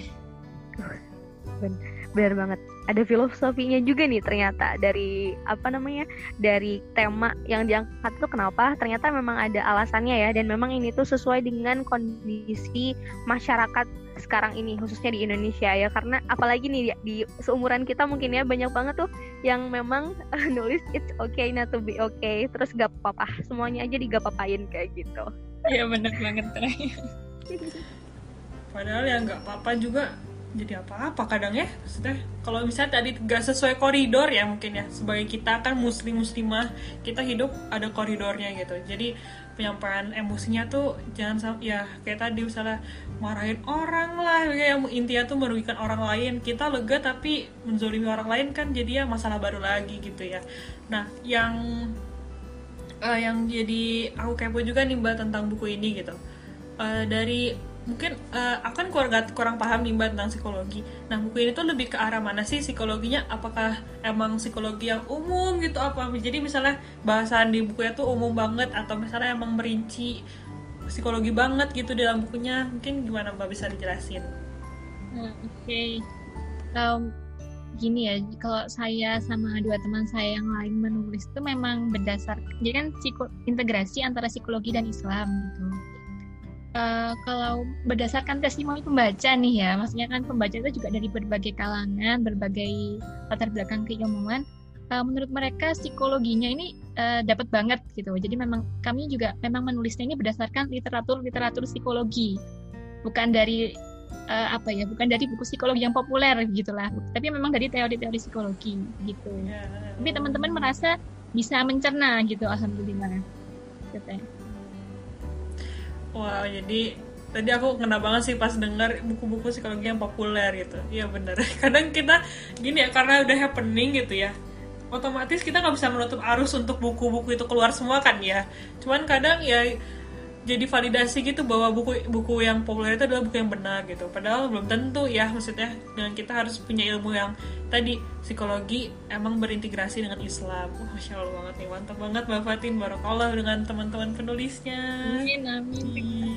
[SPEAKER 1] Benar banget. Ada filosofinya juga nih ternyata dari apa namanya dari tema yang diangkat tuh kenapa? Ternyata memang ada alasannya ya, dan memang ini tuh sesuai dengan kondisi masyarakat sekarang ini khususnya di Indonesia ya, karena apalagi nih di seumuran kita mungkin ya banyak banget tuh yang memang uh, nulis it's okay not to be okay, terus gak apa-apa, semuanya aja digap-apain kayak gitu.
[SPEAKER 3] Iya benar banget Teh.
[SPEAKER 2] Padahal ya nggak apa-apa juga jadi apa-apa kadang ya, maksudnya kalau misalnya tadi gak sesuai koridor ya mungkin ya, sebagai kita kan muslim muslimah, kita hidup ada koridornya gitu. Jadi penyampaian emosinya tuh jangan sampai ya kayak tadi misalnya marahin orang lah, kayak intinya tuh merugikan orang lain, kita lega tapi menzolimi orang lain kan jadi ya masalah baru lagi gitu ya. Nah yang uh, yang jadi aku kepo juga nih Mbak tentang buku ini gitu, uh, dari mungkin uh, aku kan kurang, kurang paham nih Mbak tentang psikologi. Nah buku ini tuh lebih ke arah mana sih psikologinya? Apakah emang psikologi yang umum gitu apa? Jadi misalnya bahasan di bukunya tuh umum banget, atau misalnya emang merinci psikologi banget gitu dalam bukunya? Mungkin gimana Mbak bisa dijelasin?
[SPEAKER 3] Nah, Oke, okay. um, gini ya, kalau saya sama dua teman saya yang lain menulis itu memang berdasar, jadi kan psiko- integrasi antara psikologi dan Islam gitu. Uh, kalau berdasarkan testimoni pembaca nih ya, maksudnya kan pembaca itu juga dari berbagai kalangan, berbagai latar belakang keilmuan. Uh, menurut mereka psikologinya ini uh, dapat banget gitu. Jadi memang kami juga memang menulisnya ini berdasarkan literatur literatur psikologi, bukan dari uh, apa ya, bukan dari buku psikologi yang populer gitulah, tapi memang dari teori-teori psikologi gitu.
[SPEAKER 2] Ya.
[SPEAKER 3] Tapi teman-teman merasa bisa mencerna gitu, alhamdulillah. Gitu.
[SPEAKER 2] Wow, jadi tadi aku kena banget sih pas dengar buku-buku psikologi yang populer gitu. Iya benar. Kadang kita gini ya, karena udah happening gitu ya, otomatis kita nggak bisa menutup arus untuk buku-buku itu keluar semua kan ya. Cuman kadang ya jadi validasi gitu bahwa buku buku yang populer itu adalah buku yang benar gitu. Padahal belum tentu ya, maksudnya dengan kita harus punya ilmu yang tadi psikologi emang berintegrasi dengan Islam. Oh, Masya Allah banget nih, mantap banget Mbak Fatin, barakallah dengan teman-teman penulisnya.
[SPEAKER 3] Amin, amin.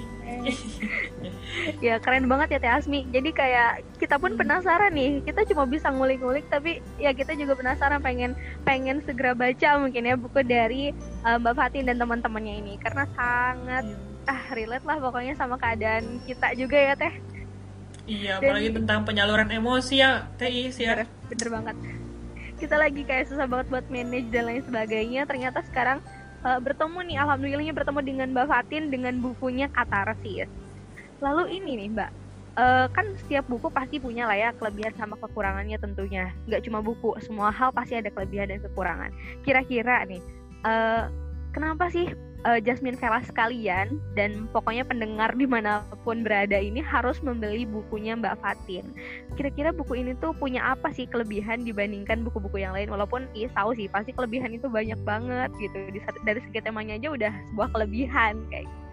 [SPEAKER 1] Ya keren banget ya Teh Asmi. Jadi kayak kita pun penasaran nih. Kita cuma bisa ngulik-ngulik, tapi ya kita juga penasaran, pengen pengen segera baca mungkin ya buku dari uh, Mbak Fatin dan teman-temannya ini, karena sangat ah relate lah pokoknya sama keadaan kita juga ya Teh.
[SPEAKER 2] Iya,
[SPEAKER 1] Dan-
[SPEAKER 2] apalagi tentang penyaluran emosi ya, Teh Is ya.
[SPEAKER 1] Bener, bener banget. Kita lagi kayak susah banget buat manage dan lain sebagainya. Ternyata sekarang uh, bertemu nih, alhamdulillahnya bertemu dengan Mbak Fatin dengan bukunya Katarsis. Lalu ini nih Mbak, uh, kan setiap buku pasti punya lah ya kelebihan sama kekurangannya tentunya. Nggak cuma buku, semua hal pasti ada kelebihan dan kekurangan. Kira-kira nih, uh, kenapa sih uh, Jasmine Velas sekalian dan pokoknya pendengar dimanapun berada ini harus membeli bukunya Mbak Fatin? Kira-kira buku ini tuh punya apa sih kelebihan dibandingkan buku-buku yang lain? Walaupun iya tahu sih pasti kelebihan itu banyak banget gitu. Di- dari segi temanya aja udah sebuah kelebihan kayak gitu.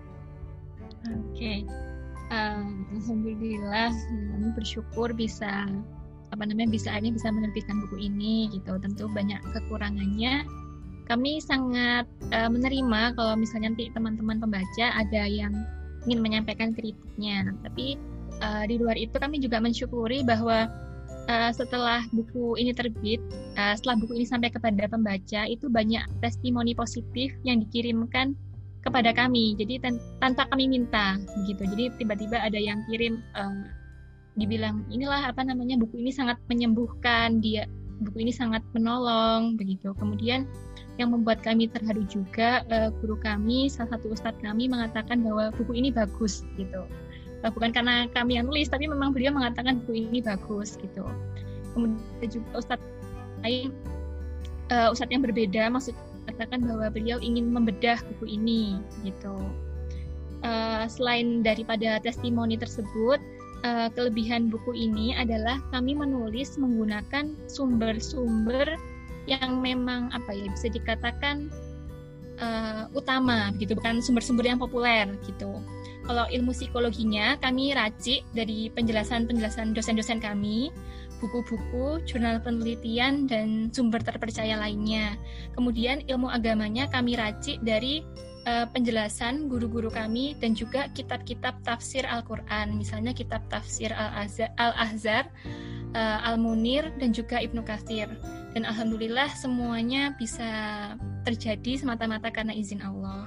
[SPEAKER 3] Oke, Um, alhamdulillah kami bersyukur bisa apa namanya bisa akhirnya bisa menerbitkan buku ini gitu. Tentu banyak kekurangannya. Kami sangat uh, menerima kalau misalnya nanti teman-teman pembaca ada yang ingin menyampaikan kritiknya. Tapi uh, di luar itu kami juga mensyukuri bahwa uh, setelah buku ini terbit, uh, setelah buku ini sampai kepada pembaca, itu banyak testimoni positif yang dikirimkan kepada kami, jadi tan- tanpa kami minta begitu. Jadi tiba-tiba ada yang kirim, uh, dibilang inilah apa namanya buku ini sangat menyembuhkan, dia buku ini sangat menolong begitu. Kemudian yang membuat kami terharu juga, uh, guru kami, salah satu ustadz kami mengatakan bahwa buku ini bagus gitu. Uh, bukan karena kami yang nulis, tapi memang beliau mengatakan buku ini bagus gitu. Kemudian juga ustadz lain, uh, ustadz yang berbeda maksud katakan bahwa beliau ingin membedah buku ini gitu. Uh, selain daripada testimoni tersebut, uh, kelebihan buku ini adalah kami menulis menggunakan sumber-sumber yang memang apa ya bisa dikatakan uh, utama gitu, bukan sumber-sumber yang populer gitu. Kalau ilmu psikologinya kami racik dari penjelasan-penjelasan dosen-dosen kami, buku-buku, jurnal penelitian, dan sumber terpercaya lainnya. Kemudian ilmu agamanya kami racik dari uh, penjelasan guru-guru kami dan juga kitab-kitab tafsir Al-Quran, misalnya kitab tafsir Al-Ahzar, Al-Ahzar uh, Al-Munir, dan juga Ibnu Katsir. Dan alhamdulillah semuanya bisa terjadi semata-mata karena izin Allah.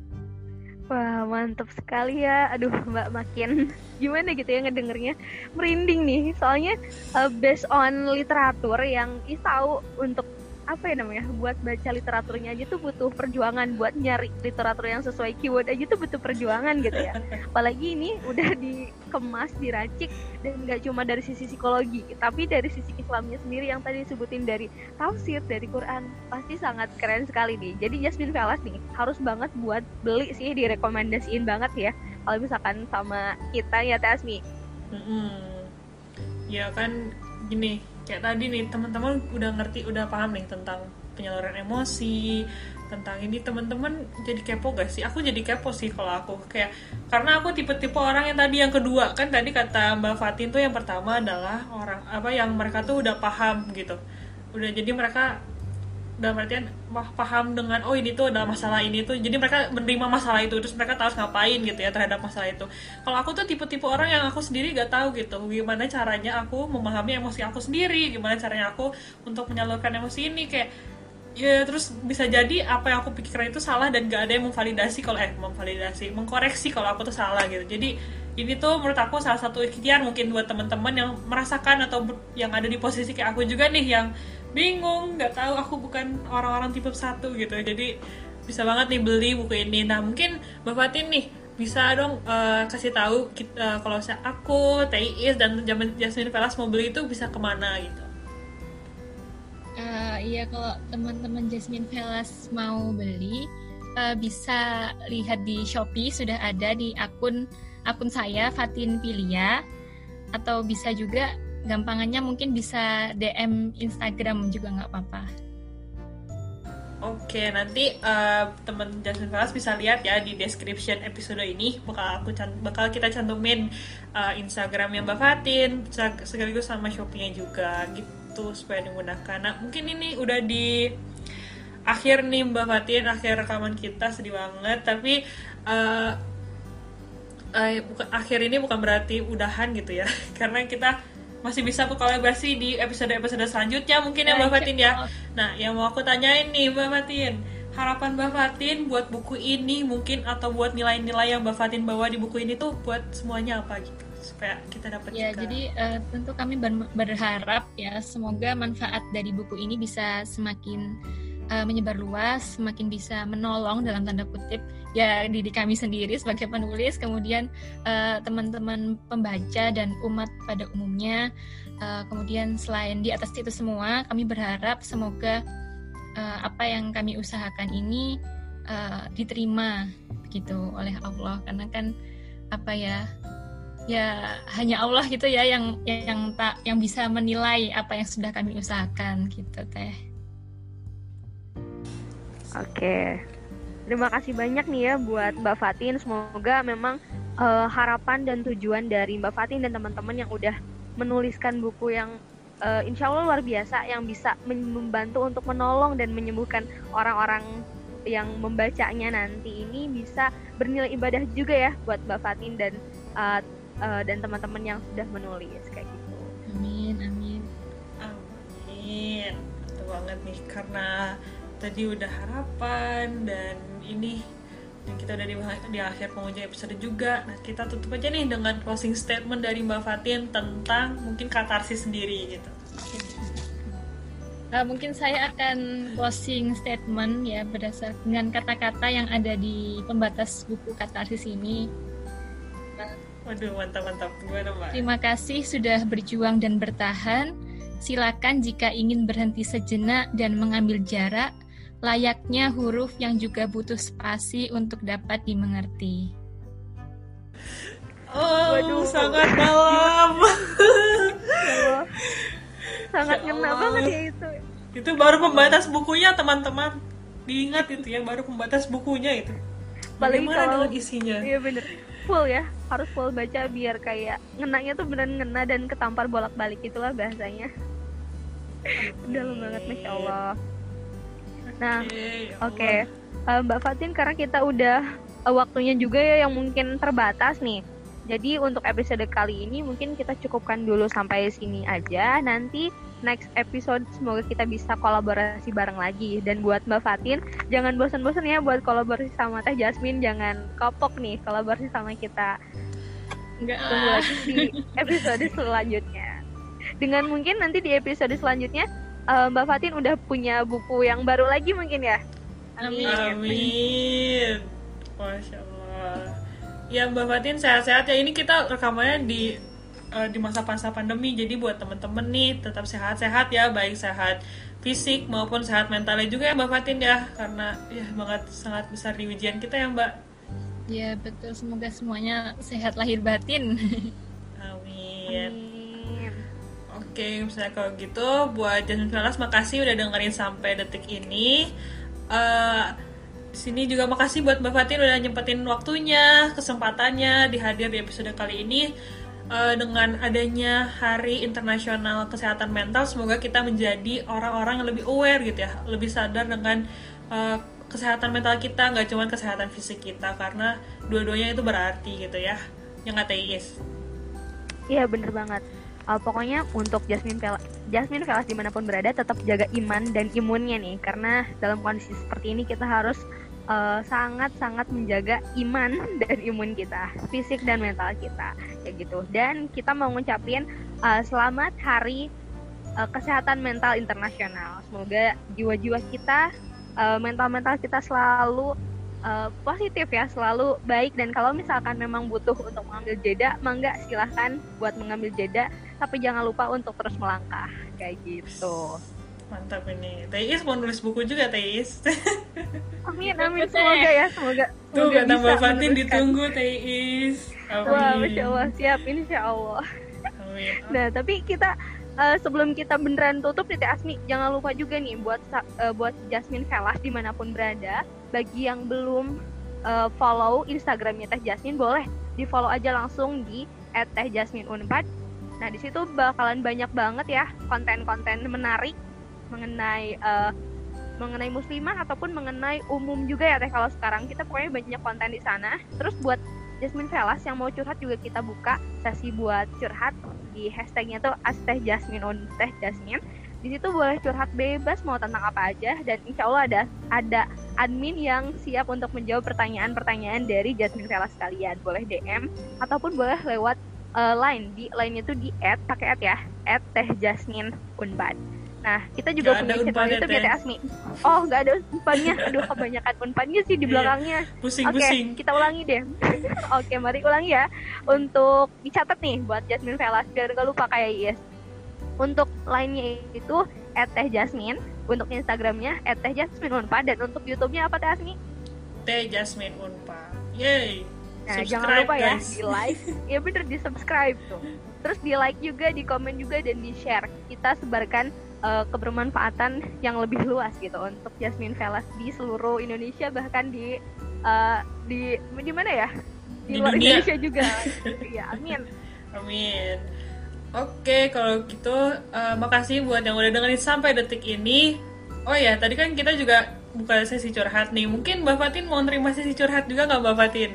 [SPEAKER 1] Wah mantap sekali ya. Aduh Mbak makin gimana gitu ya ngedengernya, merinding nih. Soalnya uh, based on literatur yang Is tahu, untuk apa ya namanya, buat baca literaturnya aja tuh butuh perjuangan, buat nyari literatur yang sesuai keyword aja tuh butuh perjuangan gitu ya. Apalagi ini udah dikemas, diracik, dan nggak cuma dari sisi psikologi, tapi dari sisi Islamnya sendiri yang tadi disebutin dari tafsir, dari Quran. Pasti sangat keren sekali nih. Jadi Jasmine Velas nih harus banget buat beli sih, direkomendasiin banget ya kalau misalkan sama kita ya Teh Asmi.
[SPEAKER 2] Mm-mm. Ya kan gini, kayak tadi nih teman-teman udah ngerti, udah paham nih tentang penyaluran emosi, tentang ini. Teman-teman jadi kepo gak sih? Aku jadi kepo sih kalau aku, kayak karena aku tipe-tipe orang yang tadi yang kedua kan, tadi kata Mbak Fatin tuh yang pertama adalah orang apa yang mereka tuh udah paham gitu, udah jadi mereka dalam artian paham dengan oh ini tuh ada masalah ini tuh, jadi mereka menerima masalah itu terus mereka tahu harus ngapain gitu ya terhadap masalah itu. Kalau aku tuh tipe-tipe orang yang aku sendiri gak tahu gitu gimana caranya aku memahami emosi aku sendiri, gimana caranya aku untuk menyalurkan emosi ini, kayak ya terus bisa jadi apa yang aku pikirkan itu salah dan gak ada yang memvalidasi kalau eh memvalidasi mengkoreksi kalau aku tuh salah gitu. Jadi ini tuh menurut aku salah satu ikhtiar mungkin buat teman-teman yang merasakan atau yang ada di posisi kayak aku juga nih, yang bingung, nggak tahu, aku bukan orang-orang tipe satu gitu. Jadi bisa banget nih beli buku ini. Nah mungkin Mbak Fatin nih bisa dong uh, kasih tahu kita, kalau saya aku, Teis dan Jasmine Velas mau beli itu bisa kemana gitu?
[SPEAKER 3] Uh, iya, kalau teman-teman Jasmine Velas mau beli uh, bisa lihat di Shopee, sudah ada di akun akun saya Fatin Pilia, atau bisa juga gampangannya mungkin bisa D M Instagram juga nggak apa-apa.
[SPEAKER 2] Oke, nanti uh, teman Jasmine Velas bisa lihat ya di description episode ini, bakal aku can- bakal kita cantumin uh, Instagramnya Mbak Fatin sekaligus sama Shopee-nya juga gitu supaya digunakan. Nah, mungkin ini udah di akhir nih Mbak Fatin, akhir rekaman kita, sedih banget, tapi uh, uh, bukan, akhir ini bukan berarti udahan gitu ya, karena kita masih bisa berkolaborasi di episode-episode selanjutnya mungkin ya Mbak Fatin ya. Nah, yang mau aku tanyain nih Mbak Fatin, harapan Mbak Fatin buat buku ini mungkin, atau buat nilai-nilai yang Mbak Fatin bawa di buku ini tuh buat semuanya apa gitu, supaya kita dapat
[SPEAKER 3] ya,
[SPEAKER 2] juga.
[SPEAKER 3] Jadi uh, tentu kami ber- berharap ya semoga manfaat dari buku ini bisa semakin uh, menyebar luas, semakin bisa menolong dalam tanda kutip ya diri kami sendiri sebagai penulis, kemudian uh, teman-teman pembaca dan umat pada umumnya. Uh, kemudian selain di atas itu semua, kami berharap semoga uh, apa yang kami usahakan ini uh, diterima gitu oleh Allah, karena kan apa ya ya hanya Allah gitu ya yang yang tak yang bisa menilai apa yang sudah kami usahakan gitu teh.
[SPEAKER 1] Oke. Terima kasih banyak nih ya buat Mbak Fatin. Semoga memang uh, harapan dan tujuan dari Mbak Fatin dan teman-teman yang udah menuliskan buku yang uh, insya Allah luar biasa, yang bisa membantu untuk menolong dan menyembuhkan orang-orang yang membacanya nanti ini bisa bernilai ibadah juga ya buat Mbak Fatin dan uh, uh, dan teman-teman yang sudah menulis kayak gitu.
[SPEAKER 3] Amin, amin.
[SPEAKER 2] Amin. Betul banget nih, karena tadi udah harapan dan ini dan kita udah di, di akhir penghujung episode juga. Nah, kita tutup aja nih dengan closing statement dari Mbak Fatin tentang mungkin katarsis sendiri gitu.
[SPEAKER 3] Uh, mungkin saya akan closing statement ya berdasarkan dengan kata-kata yang ada di pembatas buku katarsis ini.
[SPEAKER 2] Waduh, mantap-mantap. Gimana, Mbak?
[SPEAKER 3] Terima kasih sudah berjuang dan bertahan. Silakan jika ingin berhenti sejenak dan mengambil jarak, layaknya huruf yang juga butuh spasi untuk dapat dimengerti.
[SPEAKER 2] Oh,
[SPEAKER 1] Waduh,
[SPEAKER 2] sangat dalam.
[SPEAKER 1] Sangat ngena banget ya itu.
[SPEAKER 2] Itu baru pembatas bukunya, teman-teman. Diingat itu ya, baru pembatas bukunya itu. Bagaimana
[SPEAKER 1] kalau,
[SPEAKER 2] dengan isinya?
[SPEAKER 1] Iya bener, full ya, harus full baca biar kayak ngenanya tuh bener ngena dan ketampar bolak-balik, itulah bahasanya. Dalam banget, Masya Allah. Nah, oke, okay. okay. uh, Mbak Fatin, karena kita udah uh, waktunya juga ya yang mungkin terbatas nih. Jadi untuk episode kali ini mungkin kita cukupkan dulu sampai sini aja. Nanti next episode semoga kita bisa kolaborasi bareng lagi. Dan buat Mbak Fatin, jangan bosan-bosan ya buat kolaborasi sama Teh Jasmine. Jangan kopok nih kolaborasi sama kita.
[SPEAKER 3] Enggak
[SPEAKER 1] Tunggu lagi di episode selanjutnya. Dengan mungkin nanti di episode selanjutnya uh, Mbak Fatin udah punya buku yang baru lagi mungkin ya.
[SPEAKER 3] Amin.
[SPEAKER 2] Amin. Masya Allah. Ya Mbak Fatin sehat-sehat ya. Ini kita rekamannya di uh, di masa-masa pandemi. Jadi buat temen-temen nih tetap sehat-sehat ya, baik sehat fisik maupun sehat mentalnya juga ya Mbak Fatin ya. Karena ya banget sangat besar di ujian kita ya Mbak.
[SPEAKER 3] Ya betul, semoga semuanya sehat lahir batin.
[SPEAKER 2] Amin.
[SPEAKER 1] Amin.
[SPEAKER 2] Oke, misalnya kalau gitu buat Jasmine Velas makasih udah dengerin sampai detik ini. Uh, Di sini juga makasih buat Mbak Fatin udah nyempetin waktunya, kesempatannya dihadir di episode kali ini. Uh, dengan adanya Hari Internasional Kesehatan Mental, semoga kita menjadi orang-orang yang lebih aware gitu ya, lebih sadar dengan uh, kesehatan mental kita, nggak cuma kesehatan fisik kita, karena dua-duanya itu berarti gitu ya. Yang nggak teis.
[SPEAKER 1] Iya bener banget. Uh, pokoknya untuk Jasmine Velas, Jasmine Velas dimanapun berada tetap jaga iman dan imunnya nih, karena dalam kondisi seperti ini kita harus uh, sangat-sangat menjaga iman dan imun kita, fisik dan mental kita, kayak gitu. Dan kita mau ngucapin uh, selamat Hari uh, Kesehatan Mental Internasional. Semoga jiwa-jiwa kita, uh, mental-mental kita selalu uh, positif ya, selalu baik. Dan kalau misalkan memang butuh untuk mengambil jeda, mangga silahkan buat mengambil jeda, tapi jangan lupa untuk terus melangkah kayak gitu.
[SPEAKER 2] Mantap ini. Teis mau nulis buku juga, Teis.
[SPEAKER 1] Amin, amin, semoga ya, semoga.
[SPEAKER 2] Tuh
[SPEAKER 1] semoga
[SPEAKER 2] kata Mbak
[SPEAKER 1] bisa
[SPEAKER 2] Fatin
[SPEAKER 1] meneruskan.
[SPEAKER 2] ditunggu, Teis. Amin.
[SPEAKER 1] Wah, Masya Allah, siap, insya Allah.
[SPEAKER 2] Amin.
[SPEAKER 1] Nah, tapi kita uh, sebelum kita beneran tutup nih Teh Asmi, jangan lupa juga nih buat uh, buat Jasmine Velas dimanapun berada, bagi yang belum uh, follow Instagramnya Teh Jasmine, boleh di follow aja langsung di et teh jasmine unpad. Nah, di situ bakalan banyak banget ya konten-konten menarik mengenai uh, mengenai muslimah ataupun mengenai umum juga ya Teh. Kalau sekarang kita pokoknya banyak konten di sana. Terus buat Jasmine Velas yang mau curhat juga kita buka sesi buat curhat di hashtagnya tuh asteh jasmine on teh jasmine. Di situ boleh curhat bebas mau tentang apa aja, dan insya Allah ada ada admin yang siap untuk menjawab pertanyaan-pertanyaan dari Jasmine Velas sekalian. Boleh D M ataupun boleh lewat uh, line. Di line itu di add pakai add ya, at teh jasmine unpad. Nah, kita juga
[SPEAKER 2] Gak
[SPEAKER 1] punya channel YouTube ya Teh Asmi. Oh, nggak ada unpadnya. Aduh, kebanyakan unpadnya sih di belakangnya.
[SPEAKER 2] Pusing-pusing.
[SPEAKER 1] Oke, kita ulangi deh. Oke, mari ulangi ya. Untuk dicatat nih buat Jasmine Velas biar gak lupa kayak Yes. Untuk line-nya itu et teh jasmine, untuk Instagramnya et teh jasmine unpad, dan untuk YouTube-nya apa Teh Asmi?
[SPEAKER 2] Teh Jasmine Unpad. Yeay.
[SPEAKER 1] Nah,
[SPEAKER 2] Subscribe,
[SPEAKER 1] jangan lupa ya,
[SPEAKER 2] guys.
[SPEAKER 1] di like. Ya bener, di subscribe tuh. Terus di like juga, di komen juga, dan di share. Kita sebarkan uh, kebermanfaatan yang lebih luas gitu untuk Jasmine Velas di seluruh Indonesia, bahkan di uh, di di mana ya? Di,
[SPEAKER 2] Di
[SPEAKER 1] luar
[SPEAKER 2] dunia.
[SPEAKER 1] Indonesia juga. Iya, amin.
[SPEAKER 2] Amin. Oke, kalau gitu uh, makasih buat yang udah dengerin sampai detik ini. Oh ya, tadi kan kita juga buka sesi curhat nih. Mungkin Mbak Fatin mau nerima sesi curhat juga nggak Mbak Fatin?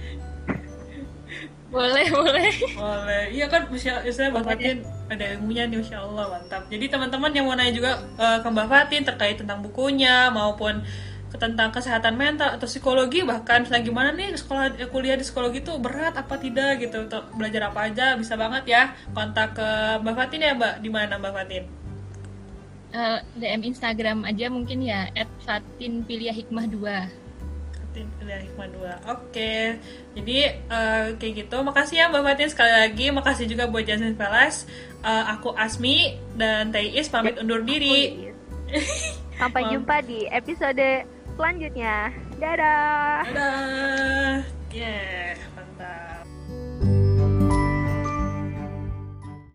[SPEAKER 3] Boleh, boleh.
[SPEAKER 2] Boleh. Iya kan, Masya Allah, Mbak Fatin ada ilmunya nih, Masya Allah, mantap. Jadi teman-teman yang mau nanya juga uh, ke Mbak Fatin terkait tentang bukunya maupun ke tentang kesehatan mental atau psikologi, bahkan tentang gimana nih sekolah kuliah di psikologi itu berat apa tidak gitu, untuk belajar apa aja, bisa banget ya kontak ke Mbak Fatin ya Mbak. Di mana Mbak Fatin?
[SPEAKER 3] Uh, D M Instagram aja mungkin ya, at fatin pilih hikmah dua.
[SPEAKER 2] Fatin Kuliah Hikmah dua. Oke. Jadi uh, kayak gitu. Makasih ya Mbak Fatin sekali lagi. Makasih juga buat Jasmine Velas. Uh, aku Asmi dan Teis pamit undur diri.
[SPEAKER 1] Sampai
[SPEAKER 2] Mam.
[SPEAKER 1] jumpa di episode selanjutnya. Dadah.
[SPEAKER 2] Dadah. Yeah, mantap.